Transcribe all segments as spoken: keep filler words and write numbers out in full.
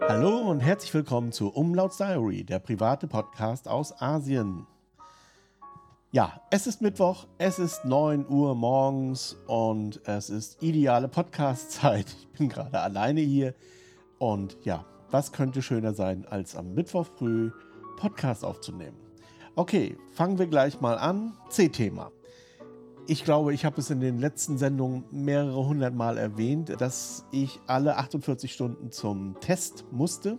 Hallo und herzlich willkommen zu Umlauts Diary, der private Podcast aus Asien. Ja, es ist Mittwoch, es ist neun Uhr morgens und es ist ideale Podcast-Zeit. Ich bin gerade alleine hier und ja, was könnte schöner sein, als am Mittwoch früh Podcast aufzunehmen? Okay, fangen wir gleich mal an. C-Thema. Ich glaube, ich habe es in den letzten Sendungen mehrere hundert Mal erwähnt, dass ich alle achtundvierzig Stunden zum Test musste.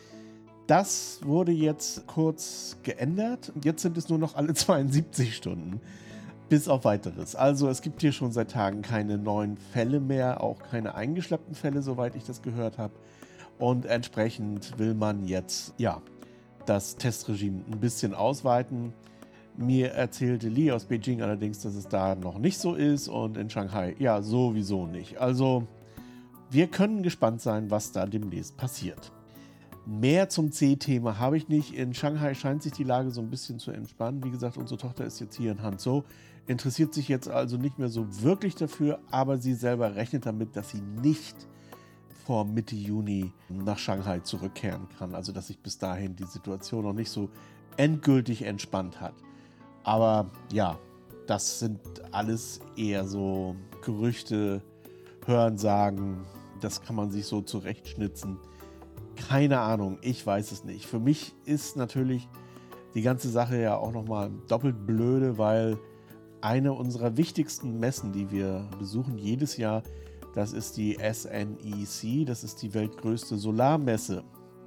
Das wurde jetzt kurz geändert. Jetzt sind es nur noch alle zweiundsiebzig Stunden, bis auf Weiteres. Also es gibt hier schon seit Tagen keine neuen Fälle mehr, auch keine eingeschleppten Fälle, soweit ich das gehört habe. Und entsprechend will man jetzt, ja, das Testregime ein bisschen ausweiten. Mir erzählte Lee aus Beijing allerdings, dass es da noch nicht so ist und in Shanghai ja sowieso nicht. Also wir können gespannt sein, was da demnächst passiert. Mehr zum C-Thema habe ich nicht. In Shanghai scheint sich die Lage so ein bisschen zu entspannen. Wie gesagt, unsere Tochter ist jetzt hier in Hangzhou, interessiert sich jetzt also nicht mehr so wirklich dafür, aber sie selber rechnet damit, dass sie nicht vor Mitte Juni nach Shanghai zurückkehren kann. Also dass sich bis dahin die Situation noch nicht so endgültig entspannt hat. Aber ja, das sind alles eher so Gerüchte, Hörensagen, das kann man sich so zurechtschnitzen. Keine Ahnung, ich weiß es nicht. Für mich ist natürlich die ganze Sache ja auch nochmal doppelt blöde, weil eine unserer wichtigsten Messen, die wir besuchen jedes Jahr, das ist die S N E C, das ist die weltgrößte Solarmesse.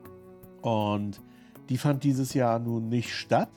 Und die fand dieses Jahr nun nicht statt.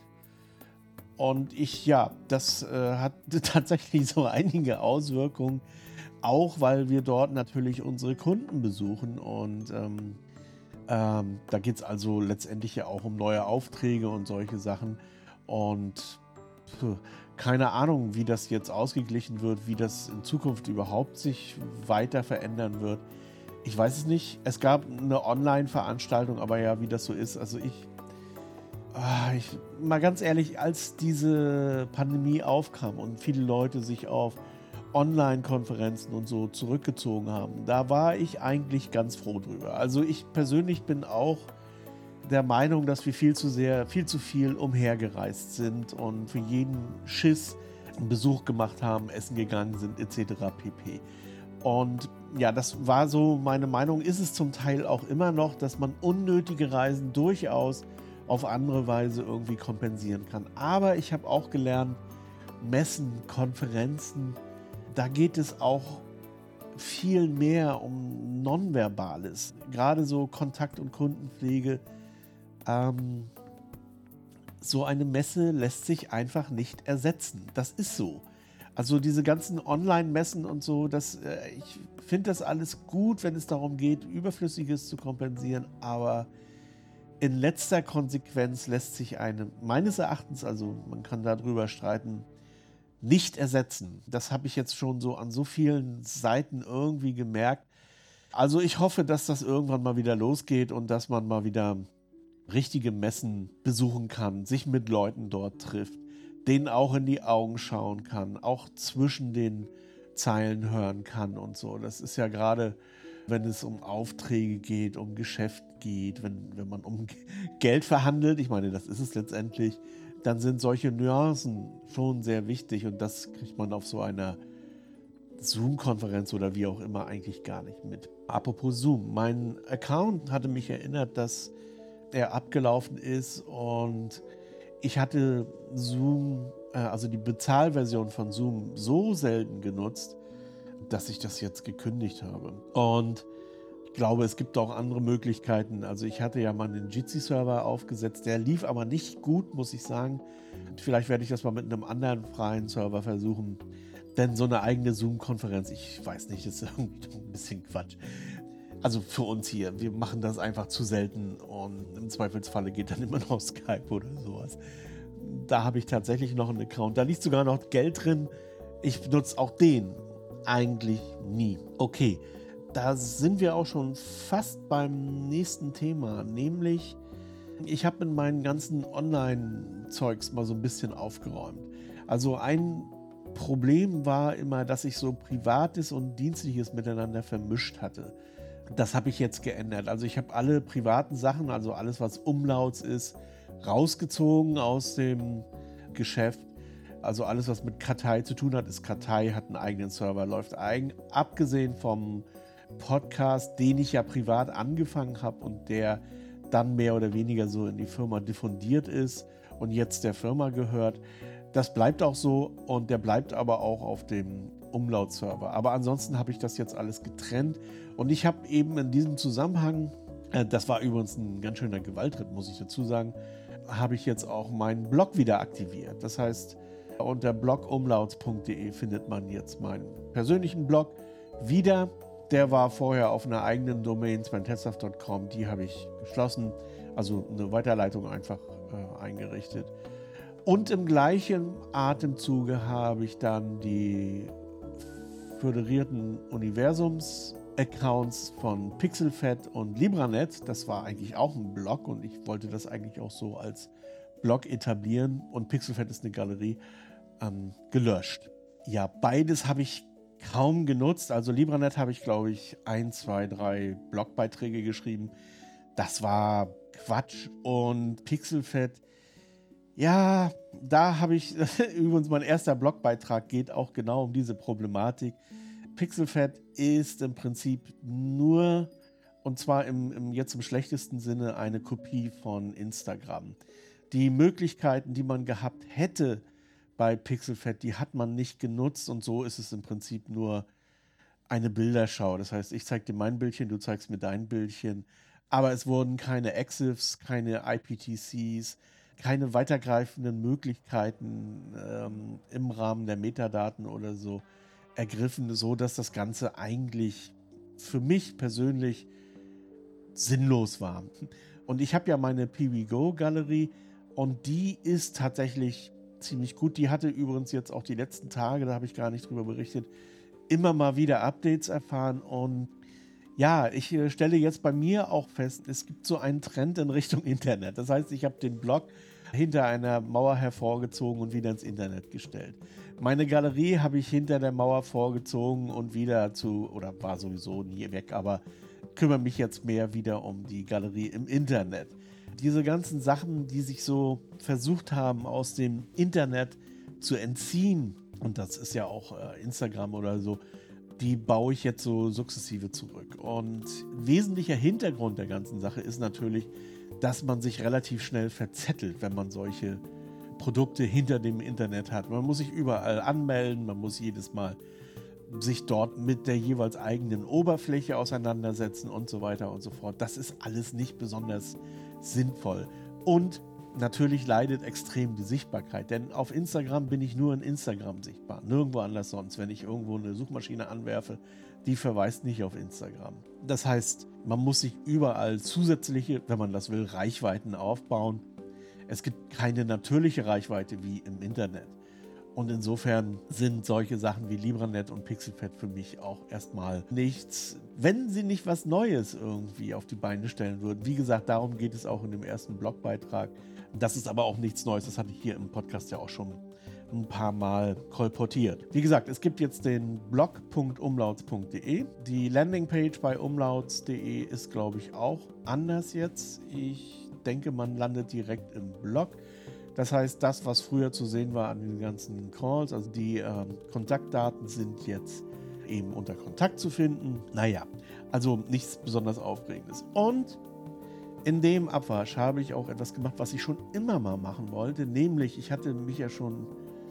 Und ich, ja, das äh, hat tatsächlich so einige Auswirkungen, auch weil wir dort natürlich unsere Kunden besuchen. Und ähm, ähm, da geht es also letztendlich ja auch um neue Aufträge und solche Sachen. Und pf, keine Ahnung, wie das jetzt ausgeglichen wird, wie das in Zukunft überhaupt sich weiter verändern wird. Ich weiß es nicht. Es gab eine Online-Veranstaltung, aber ja, wie das so ist. Also ich, ah, ich, mal ganz ehrlich, als diese Pandemie aufkam und viele Leute sich auf Online-Konferenzen und so zurückgezogen haben, da war ich eigentlich ganz froh drüber. Also ich persönlich bin auch der Meinung, dass wir viel zu sehr, viel zu viel umhergereist sind und für jeden Schiss einen Besuch gemacht haben, essen gegangen sind et cetera pp. Und ja, das war so meine Meinung, ist es zum Teil auch immer noch, dass man unnötige Reisen durchaus auf andere Weise irgendwie kompensieren kann. Aber ich habe auch gelernt, Messen, Konferenzen, da geht es auch viel mehr um Nonverbales. Gerade so Kontakt- und Kundenpflege. Ähm, so eine Messe lässt sich einfach nicht ersetzen. Das ist so. Also diese ganzen Online-Messen und so, das, äh, ich finde das alles gut, wenn es darum geht, Überflüssiges zu kompensieren, aber in letzter Konsequenz lässt sich eine, meines Erachtens, also man kann darüber streiten, nicht ersetzen. Das habe ich jetzt schon so an so vielen Seiten irgendwie gemerkt. Also ich hoffe, dass das irgendwann mal wieder losgeht und dass man mal wieder richtige Messen besuchen kann, sich mit Leuten dort trifft, denen auch in die Augen schauen kann, auch zwischen den Zeilen hören kann und so. Das ist ja gerade, wenn es um Aufträge geht, um Geschäft geht, wenn, wenn man um Geld verhandelt, ich meine, das ist es letztendlich, dann sind solche Nuancen schon sehr wichtig und das kriegt man auf so einer Zoom-Konferenz oder wie auch immer eigentlich gar nicht mit. Apropos Zoom, mein Account hatte mich erinnert, dass er abgelaufen ist und ich hatte Zoom, äh, also die Bezahlversion von Zoom so selten genutzt, dass ich das jetzt gekündigt habe. Und ich glaube, es gibt auch andere Möglichkeiten. Also ich hatte ja mal einen Jitsi-Server aufgesetzt, der lief aber nicht gut, muss ich sagen. Vielleicht werde ich das mal mit einem anderen freien Server versuchen. Denn so eine eigene Zoom-Konferenz, ich weiß nicht, ist irgendwie ein bisschen Quatsch. Also für uns hier, wir machen das einfach zu selten und im Zweifelsfalle geht dann immer noch Skype oder sowas. Da habe ich tatsächlich noch einen Account, da liegt sogar noch Geld drin. Ich benutze auch den eigentlich nie. Okay, da sind wir auch schon fast beim nächsten Thema, nämlich ich habe mit meinen ganzen Online-Zeugs mal so ein bisschen aufgeräumt. Also ein Problem war immer, dass ich so Privates und Dienstliches miteinander vermischt hatte. Das habe ich jetzt geändert. Also ich habe alle privaten Sachen, also alles, was Umlauts ist, rausgezogen aus dem Geschäft. Also alles, was mit Kartei zu tun hat, ist Kartei, hat einen eigenen Server, läuft eigen, abgesehen vom Podcast, den ich ja privat angefangen habe und der dann mehr oder weniger so in die Firma diffundiert ist und jetzt der Firma gehört. Das bleibt auch so und der bleibt aber auch auf dem Umlaut-Server. Aber ansonsten habe ich das jetzt alles getrennt und ich habe eben in diesem Zusammenhang, äh, das war übrigens ein ganz schöner Gewaltritt, muss ich dazu sagen, habe ich jetzt auch meinen Blog wieder aktiviert. Das heißt, unter blog umlauts punkt de findet man jetzt meinen persönlichen Blog wieder. Der war vorher auf einer eigenen Domain, sven tetzlaff punkt com, die habe ich geschlossen, also eine Weiterleitung einfach äh, eingerichtet. Und im gleichen Atemzuge habe ich dann die föderierten Universums-Accounts von Pixelfed und Libranet, das war eigentlich auch ein Blog und ich wollte das eigentlich auch so als Blog etablieren und Pixelfed ist eine Galerie, ähm, gelöscht. Ja, beides habe ich kaum genutzt. Also Libranet habe ich, glaube ich, ein, zwei, drei Blogbeiträge geschrieben. Das war Quatsch. Und Pixelfed, ja, da habe ich, übrigens mein erster Blogbeitrag geht auch genau um diese Problematik. Pixelfed ist im Prinzip nur, und zwar im, im, jetzt im schlechtesten Sinne, eine Kopie von Instagram. Die Möglichkeiten, die man gehabt hätte bei Pixelfed, die hat man nicht genutzt und so ist es im Prinzip nur eine Bilderschau. Das heißt, ich zeige dir mein Bildchen, du zeigst mir dein Bildchen, aber es wurden keine Exifs, keine I P T Cs, keine weitergreifenden Möglichkeiten ähm, im Rahmen der Metadaten oder so ergriffen, so dass das Ganze eigentlich für mich persönlich sinnlos war. Und ich habe ja meine PiwiGo-Galerie und die ist tatsächlich ziemlich gut. Die hatte übrigens jetzt auch die letzten Tage, da habe ich gar nicht drüber berichtet, immer mal wieder Updates erfahren. Und ja, ich äh, stelle jetzt bei mir auch fest, es gibt so einen Trend in Richtung Internet. Das heißt, ich habe den Blog hinter einer Mauer hervorgezogen und wieder ins Internet gestellt. Meine Galerie habe ich hinter der Mauer vorgezogen und wieder zu, oder war sowieso nie weg, aber kümmere mich jetzt mehr wieder um die Galerie im Internet. Diese ganzen Sachen, die sich so versucht haben, aus dem Internet zu entziehen, und das ist ja auch äh, Instagram oder so, die baue ich jetzt so sukzessive zurück. Und wesentlicher Hintergrund der ganzen Sache ist natürlich, dass man sich relativ schnell verzettelt, wenn man solche Produkte hinter dem Internet hat. Man muss sich überall anmelden, man muss jedes Mal sich dort mit der jeweils eigenen Oberfläche auseinandersetzen und so weiter und so fort. Das ist alles nicht besonders sinnvoll. Und natürlich leidet extrem die Sichtbarkeit, denn auf Instagram bin ich nur in Instagram sichtbar, nirgendwo anders sonst. Wenn ich irgendwo eine Suchmaschine anwerfe, die verweist nicht auf Instagram. Das heißt, man muss sich überall zusätzliche, wenn man das will, Reichweiten aufbauen. Es gibt keine natürliche Reichweite wie im Internet. Und insofern sind solche Sachen wie Libranet und Pixelfed für mich auch erstmal nichts, wenn sie nicht was Neues irgendwie auf die Beine stellen würden. Wie gesagt, darum geht es auch in dem ersten Blogbeitrag. Das ist aber auch nichts Neues, das hatte ich hier im Podcast ja auch schon ein paar Mal kolportiert. Wie gesagt, es gibt jetzt den blog punkt umlauts punkt de. Die Landingpage bei umlauts punkt de ist, glaube ich, auch anders jetzt. Ich denke, man landet direkt im Blog. Das heißt, das, was früher zu sehen war an den ganzen Calls, also die ähm, Kontaktdaten sind jetzt eben unter Kontakt zu finden. Naja, also nichts besonders Aufregendes. Und in dem Abwasch habe ich auch etwas gemacht, was ich schon immer mal machen wollte, nämlich ich hatte mich ja schon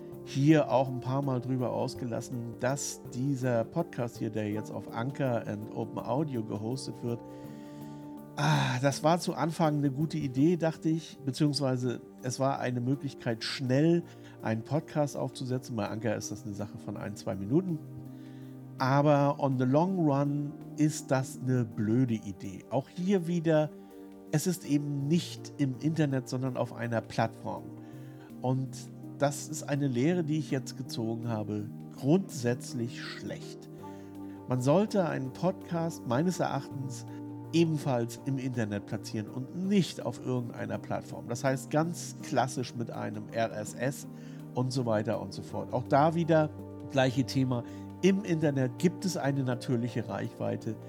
hier auch ein paar Mal drüber ausgelassen, dass dieser Podcast hier, der jetzt auf Anchor und Open Audio gehostet wird, ah, das war zu Anfang eine gute Idee, dachte ich, beziehungsweise es war eine Möglichkeit, schnell einen Podcast aufzusetzen. Bei Anchor ist das eine Sache von ein, zwei Minuten. Aber on the long run ist das eine blöde Idee. Auch hier wieder, es ist eben nicht im Internet, sondern auf einer Plattform. Und das ist eine Lehre, die ich jetzt gezogen habe, grundsätzlich schlecht. Man sollte einen Podcast meines Erachtens ebenfalls im Internet platzieren und nicht auf irgendeiner Plattform. Das heißt ganz klassisch mit einem R S S und so weiter und so fort. Auch da wieder gleiche Thema. Im Internet gibt es eine natürliche Reichweite.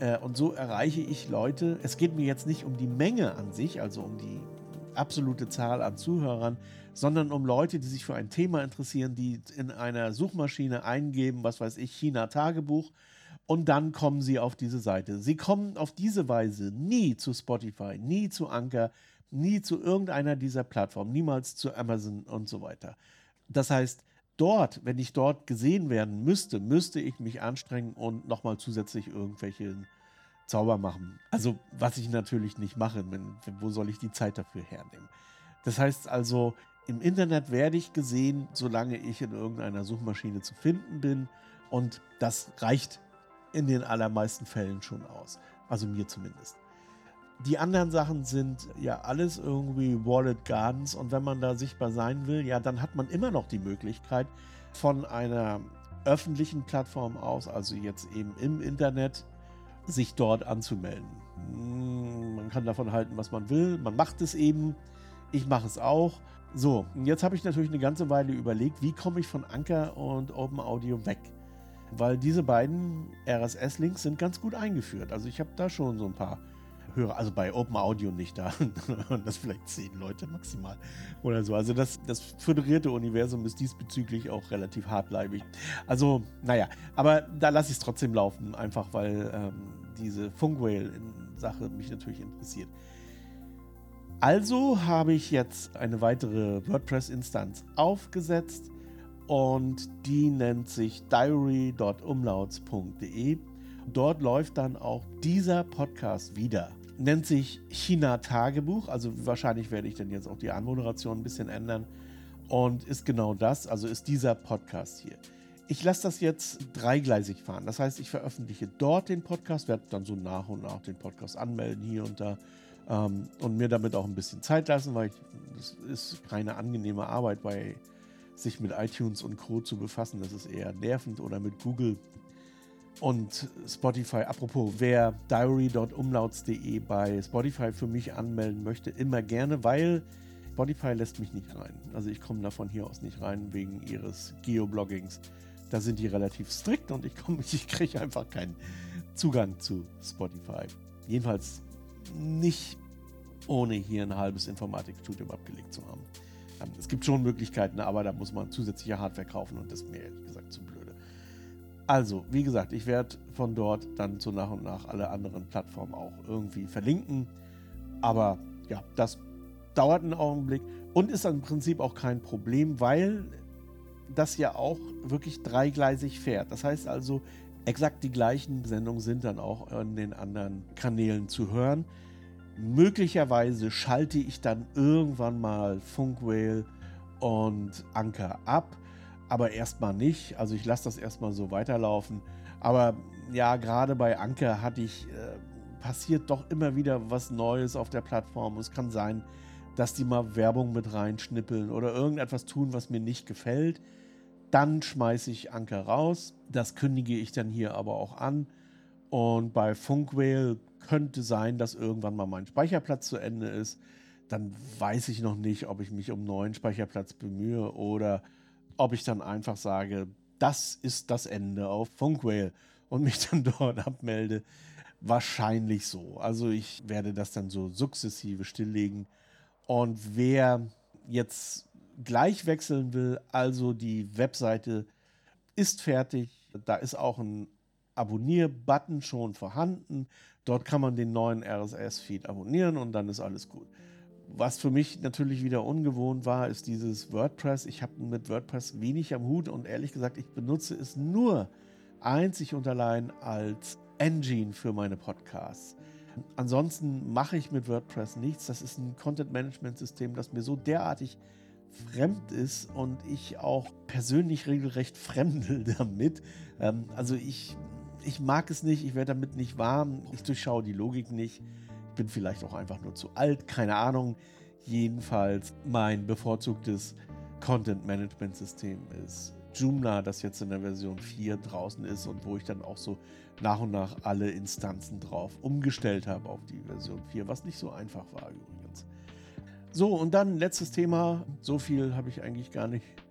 Äh, und so erreiche ich Leute. Es geht mir jetzt nicht um die Menge an sich, also um die absolute Zahl an Zuhörern, sondern um Leute, die sich für ein Thema interessieren, die in einer Suchmaschine eingeben, was weiß ich, China-Tagebuch, und dann kommen sie auf diese Seite. Sie kommen auf diese Weise nie zu Spotify, nie zu Anchor, nie zu irgendeiner dieser Plattformen, niemals zu Amazon und so weiter. Das heißt, dort, wenn ich dort gesehen werden müsste, müsste ich mich anstrengen und nochmal zusätzlich irgendwelche Zauber machen. Also, was ich natürlich nicht mache, wenn, wo soll ich die Zeit dafür hernehmen? Das heißt also, im Internet werde ich gesehen, solange ich in irgendeiner Suchmaschine zu finden bin, und das reicht in den allermeisten Fällen schon aus. Also mir zumindest. Die anderen Sachen sind ja alles irgendwie Walled Gardens, und wenn man da sichtbar sein will, ja, dann hat man immer noch die Möglichkeit, von einer öffentlichen Plattform aus, also jetzt eben im Internet, sich dort anzumelden. Man kann davon halten, was man will. Man macht es eben. Ich mache es auch. So, und jetzt habe ich natürlich eine ganze Weile überlegt, wie komme ich von Anchor und Open Audio weg? Weil diese beiden R S S-Links sind ganz gut eingeführt. Also ich habe da schon so ein paar Hörer, also bei Open Audio nicht, da und das vielleicht zehn Leute maximal oder so. Also das, das föderierte Universum ist diesbezüglich auch relativ hartleibig. Also, naja, aber da lasse ich es trotzdem laufen, einfach weil ähm, diese Funkwhale-Sache mich natürlich interessiert. Also habe ich jetzt eine weitere WordPress-Instanz aufgesetzt, und die nennt sich diary punkt umlauts punkt de. Dort läuft dann auch dieser Podcast wieder. Nennt sich China-Tagebuch, also wahrscheinlich werde ich dann jetzt auch die Anmoderation ein bisschen ändern, und ist genau das, also ist dieser Podcast hier. Ich lasse das jetzt dreigleisig fahren, das heißt, ich veröffentliche dort den Podcast, werde dann so nach und nach den Podcast anmelden hier und da ähm, und mir damit auch ein bisschen Zeit lassen, weil es ist keine angenehme Arbeit, bei sich mit iTunes und Co. zu befassen, das ist eher nervend, oder mit Google und Spotify. Apropos, wer diary punkt umlauts punkt de bei Spotify für mich anmelden möchte, immer gerne, weil Spotify lässt mich nicht rein. Also ich komme da von hier aus nicht rein, wegen ihres Geobloggings. Da sind die relativ strikt, und ich, komm, ich kriege einfach keinen Zugang zu Spotify. Jedenfalls nicht, ohne hier ein halbes Informatikstudium abgelegt zu haben. Es gibt schon Möglichkeiten, aber da muss man zusätzliche Hardware kaufen, und das ist mir ehrlich gesagt zu blöde. Also, wie gesagt, ich werde von dort dann so nach und nach alle anderen Plattformen auch irgendwie verlinken. Aber ja, das dauert einen Augenblick und ist im Prinzip auch kein Problem, weil das ja auch wirklich dreigleisig fährt. Das heißt also, exakt die gleichen Sendungen sind dann auch in den anderen Kanälen zu hören. Möglicherweise schalte ich dann irgendwann mal Funkwhale und Anchor ab, aber erstmal nicht. Also ich lasse das erstmal so weiterlaufen. Aber ja, gerade bei Anchor hatte ich, äh, passiert doch immer wieder was Neues auf der Plattform. Es kann sein, dass die mal Werbung mit reinschnippeln oder irgendetwas tun, was mir nicht gefällt. Dann schmeiße ich Anchor raus. Das kündige ich dann hier aber auch an. Und bei Funkwhale könnte sein, dass irgendwann mal mein Speicherplatz zu Ende ist. Dann weiß ich noch nicht, ob ich mich um einen neuen Speicherplatz bemühe oder ob ich dann einfach sage, das ist das Ende auf Funkwhale und mich dann dort abmelde. Wahrscheinlich so. Also ich werde das dann so sukzessive stilllegen. Und wer jetzt gleich wechseln will, also die Webseite ist fertig. Da ist auch ein Abonnier-Button schon vorhanden. Dort kann man den neuen R S S-Feed abonnieren und dann ist alles gut. Was für mich natürlich wieder ungewohnt war, ist dieses WordPress. Ich habe mit WordPress wenig am Hut und ehrlich gesagt, ich benutze es nur einzig und allein als Engine für meine Podcasts. Ansonsten mache ich mit WordPress nichts. Das ist ein Content-Management-System, das mir so derartig fremd ist und ich auch persönlich regelrecht fremdel damit. Ähm, also ich, ich mag es nicht, ich werde damit nicht warm, ich durchschaue die Logik nicht. Ich bin vielleicht auch einfach nur zu alt, keine Ahnung. Jedenfalls mein bevorzugtes Content-Management-System ist Joomla, das jetzt in der Version vier draußen ist und wo ich dann auch so nach und nach alle Instanzen drauf umgestellt habe auf die Version vier, was nicht so einfach war übrigens. So, und dann letztes Thema. So viel habe ich eigentlich gar nicht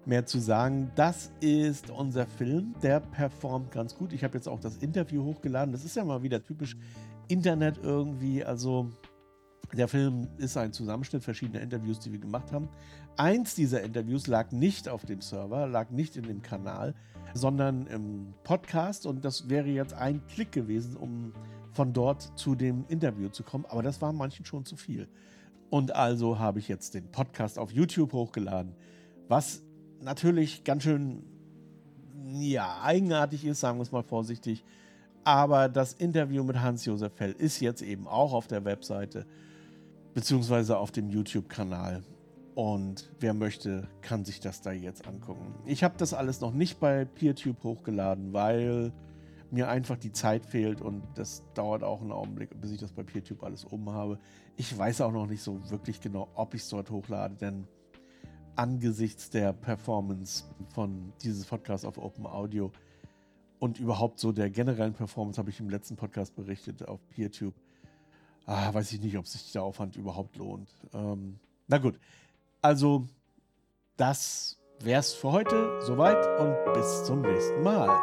mehr zu sagen. Das ist unser Film, der performt ganz gut. Ich habe jetzt auch das Interview hochgeladen. Das ist ja mal wieder typisch Internet irgendwie. Also der Film ist ein Zusammenschnitt verschiedener Interviews, die wir gemacht haben. Eins dieser Interviews lag nicht auf dem Server, lag nicht in dem Kanal, sondern im Podcast. Und das wäre jetzt ein Klick gewesen, um von dort zu dem Interview zu kommen. Aber das war manchen schon zu viel. Und also habe ich jetzt den Podcast auf YouTube hochgeladen, was natürlich ganz schön, ja, eigenartig ist, sagen wir es mal vorsichtig. Aber das Interview mit Hans-Josef Fell ist jetzt eben auch auf der Webseite, beziehungsweise auf dem YouTube-Kanal. Und wer möchte, kann sich das da jetzt angucken. Ich habe das alles noch nicht bei PeerTube hochgeladen, weil mir einfach die Zeit fehlt und das dauert auch einen Augenblick, bis ich das bei PeerTube alles oben habe. Ich weiß auch noch nicht so wirklich genau, ob ich es dort hochlade, denn angesichts der Performance von dieses Podcast auf Open Audio und überhaupt so der generellen Performance, habe ich im letzten Podcast berichtet auf PeerTube. Ah, weiß ich nicht, ob sich der Aufwand überhaupt lohnt. Ähm, na gut, also das wär's für heute. Soweit und bis zum nächsten Mal.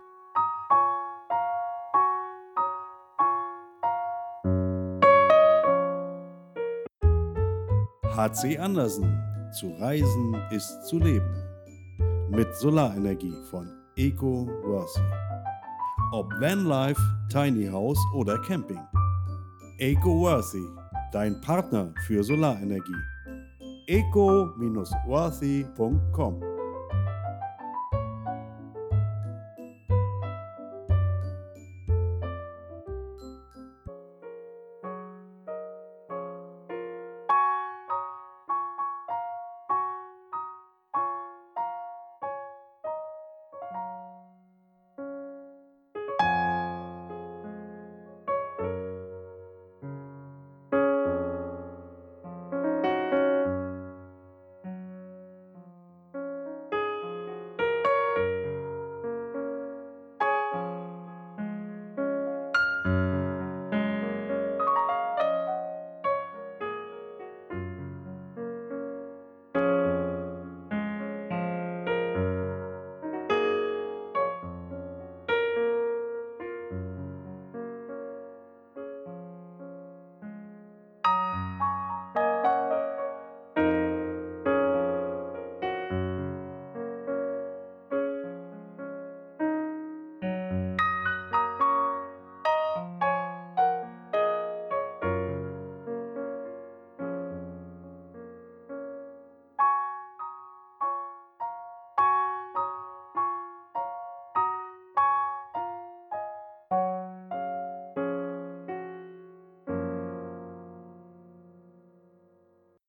H C Andersen. Zu reisen ist zu leben. Mit Solarenergie von EcoWorthy. Ob Vanlife, Tiny House oder Camping. EcoWorthy, dein Partner für Solarenergie. eco Bindestrich worthy Punkt com